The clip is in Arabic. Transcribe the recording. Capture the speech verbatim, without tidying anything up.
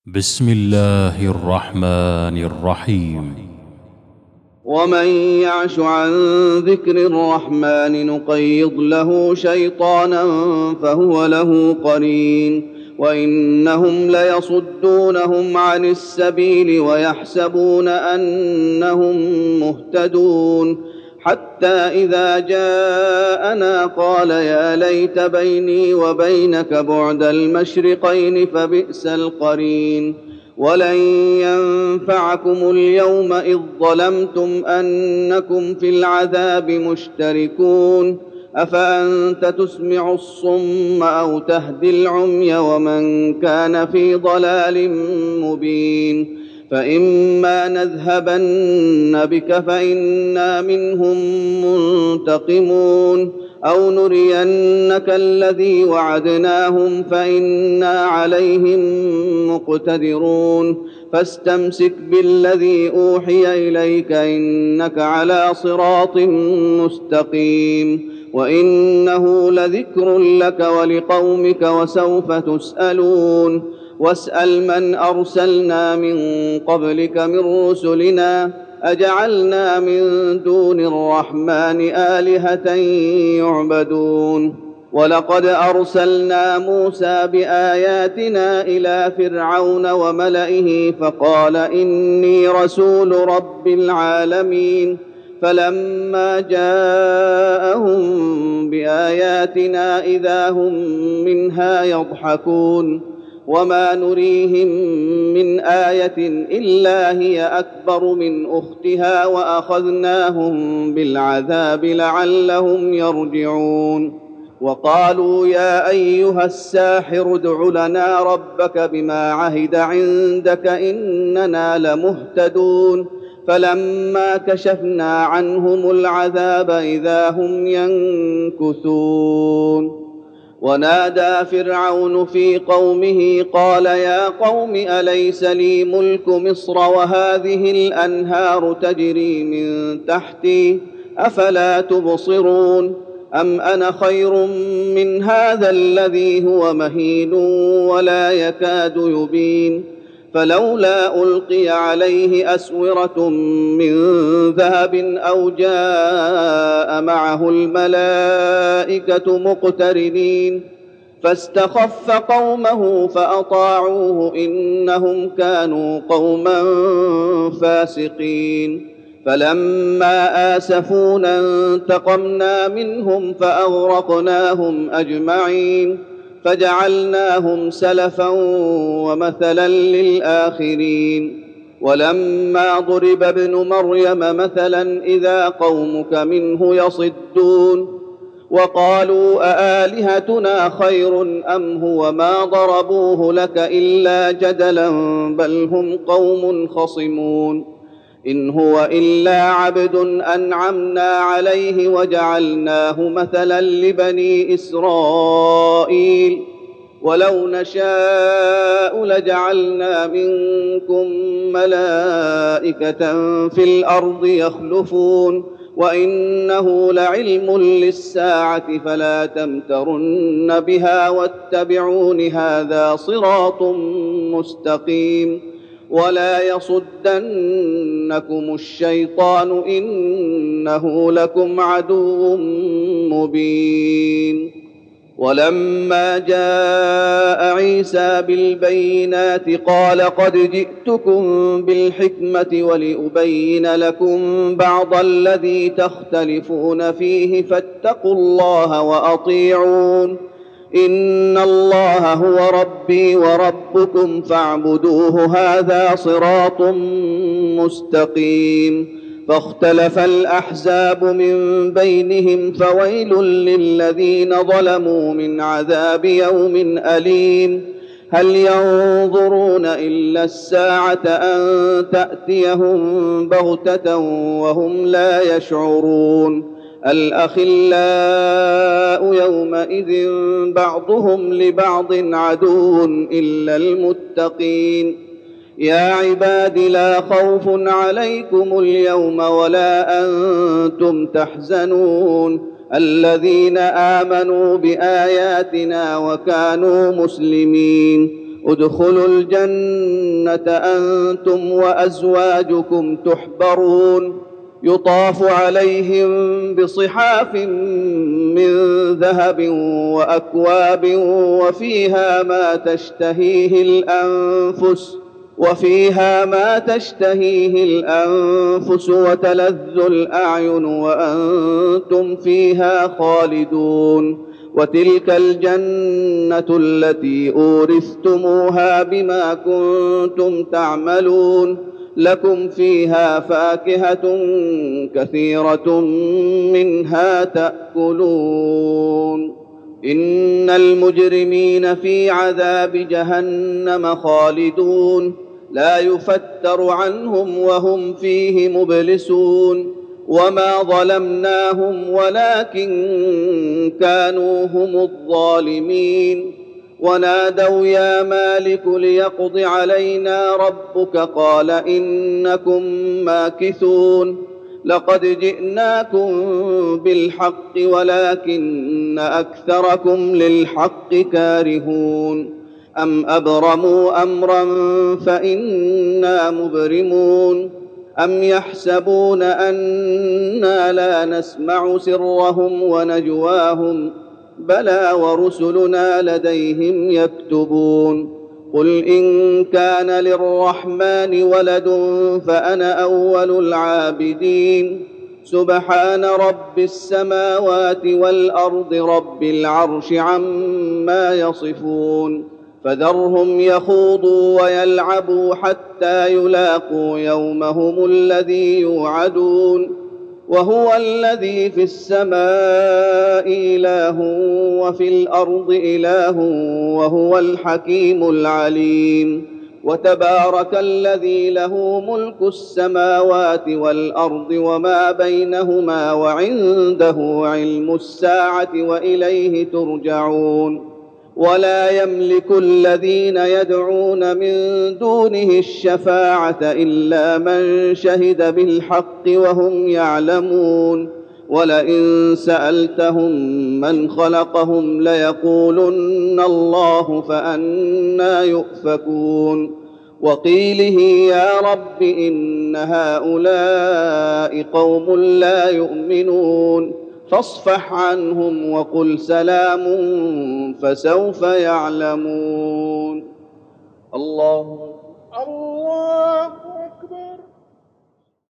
بسم الله الرحمن الرحيم. ومن يعش عن ذكر الرحمن نقيض له شيطانا فهو له قرين وإنهم ليصدونهم عن السبيل ويحسبون أنهم مهتدون حتى إذا جاءنا قال يا ليت بيني وبينك بعد المشرقين فبئس القرين ولن ينفعكم اليوم إذ ظلمتم أنكم في العذاب مشتركون أفأنت تسمع الصم أو تهدي العمي ومن كان في ضلال مبين فإما نذهبن بك فإنا منهم منتقمون أو نرينك الذي وعدناهم فإنا عليهم مقتدرون فاستمسك بالذي أوحي إليك إنك على صراط مستقيم وإنه لذكر لك ولقومك وسوف تسألون واسأل من أرسلنا من قبلك من رسلنا أجعلنا من دون الرحمن آلهة يعبدون ولقد أرسلنا موسى بآياتنا إلى فرعون وملئه فقال إني رسول رب العالمين فلما جاءهم بآياتنا إذا هم منها يضحكون وما نريهم من آية إلا هي أكبر من أختها وأخذناهم بالعذاب لعلهم يرجعون وقالوا يا أيها الساحر ادع لنا ربك بما عهد عندك إننا لمهتدون فلما كشفنا عنهم العذاب إذا هم ينكثون ونادى فرعون في قومه قال يا قوم أليس لي ملك مصر وهذه الأنهار تجري من تحتي أفلا تبصرون أم أنا خير من هذا الذي هو مهين ولا يكاد يبين فلولا ألقي عليه أسورة من ذهب أو جاء معه الملائكة مقترنين فاستخف قومه فأطاعوه إنهم كانوا قوما فاسقين فلما آسفونا انتقمنا منهم فأغرقناهم أجمعين فجعلناهم سلفا ومثلا للآخرين ولما ضرب ابن مريم مثلا إذا قومك منه يصدون وقالوا أآلهتنا خير أم هو ما ضربوه لك إلا جدلا بل هم قوم خصمون إن هو إلا عبد أنعمنا عليه وجعلناه مثلا لبني إسرائيل ولو نشاء لجعلنا منكم ملائكة في الأرض يخلفون وإنه لعلم للساعة فلا تمترن بها واتبعون هذا صراط مستقيم ولا يصدنكم الشيطان إنه لكم عدو مبين ولما جاء عيسى بالبينات قال قد جئتكم بالحكمة ولأبين لكم بعض الذي تختلفون فيه فاتقوا الله وأطيعون إن الله هو ربي وربكم فاعبدوه هذا صراط مستقيم فاختلف الأحزاب من بينهم فويل للذين ظلموا من عذاب يوم أليم هل ينظرون إلا الساعة أن تأتيهم بغتة وهم لا يشعرون الأخلاء يومئذ بعضهم لبعض عدو إلا المتقين يا عباد لا خوف عليكم اليوم ولا أنتم تحزنون الذين آمنوا بآياتنا وكانوا مسلمين ادخلوا الجنة أنتم وأزواجكم تحبرون يطاف عليهم بصحاف من ذهب وأكواب وفيها ما تشتهيه الأنفس وفيها ما تشتهيه الأنفس وتلذ الأعين وأنتم فيها خالدون وتلك الجنة التي أورثتموها بما كنتم تعملون لكم فيها فاكهة كثيرة منها تأكلون إن المجرمين في عذاب جهنم خالدون لا يفتر عنهم وهم فيه مبلسون وما ظلمناهم ولكن كانوا هم الظالمين ونادوا يا مالك ليقض علينا ربك قال إنكم ماكثون لقد جئناكم بالحق ولكن أكثركم للحق كارهون أم أبرموا أمرا فإنا مبرمون أم يحسبون أنا لا نسمع سرهم ونجواهم بلى ورسلنا لديهم يكتبون قل إن كان للرحمن ولد فأنا أول العابدين سبحان رب السماوات والأرض رب العرش عما يصفون فذرهم يخوضوا ويلعبوا حتى يلاقوا يومهم الذي يوعدون وهو الذي في السماء إله وفي الأرض إله وهو الحكيم العليم وتبارك الذي له ملك السماوات والأرض وما بينهما وعنده علم الساعة وإليه ترجعون ولا يملك الذين يدعون من دونه الشفاعة إلا من شهد بالحق وهم يعلمون ولئن سألتهم من خلقهم ليقولن الله فأنى يؤفكون وقيله يا رب إن هؤلاء قوم لا يؤمنون فاصفح عنهم وقل سلام فسوف يعلمون الله الله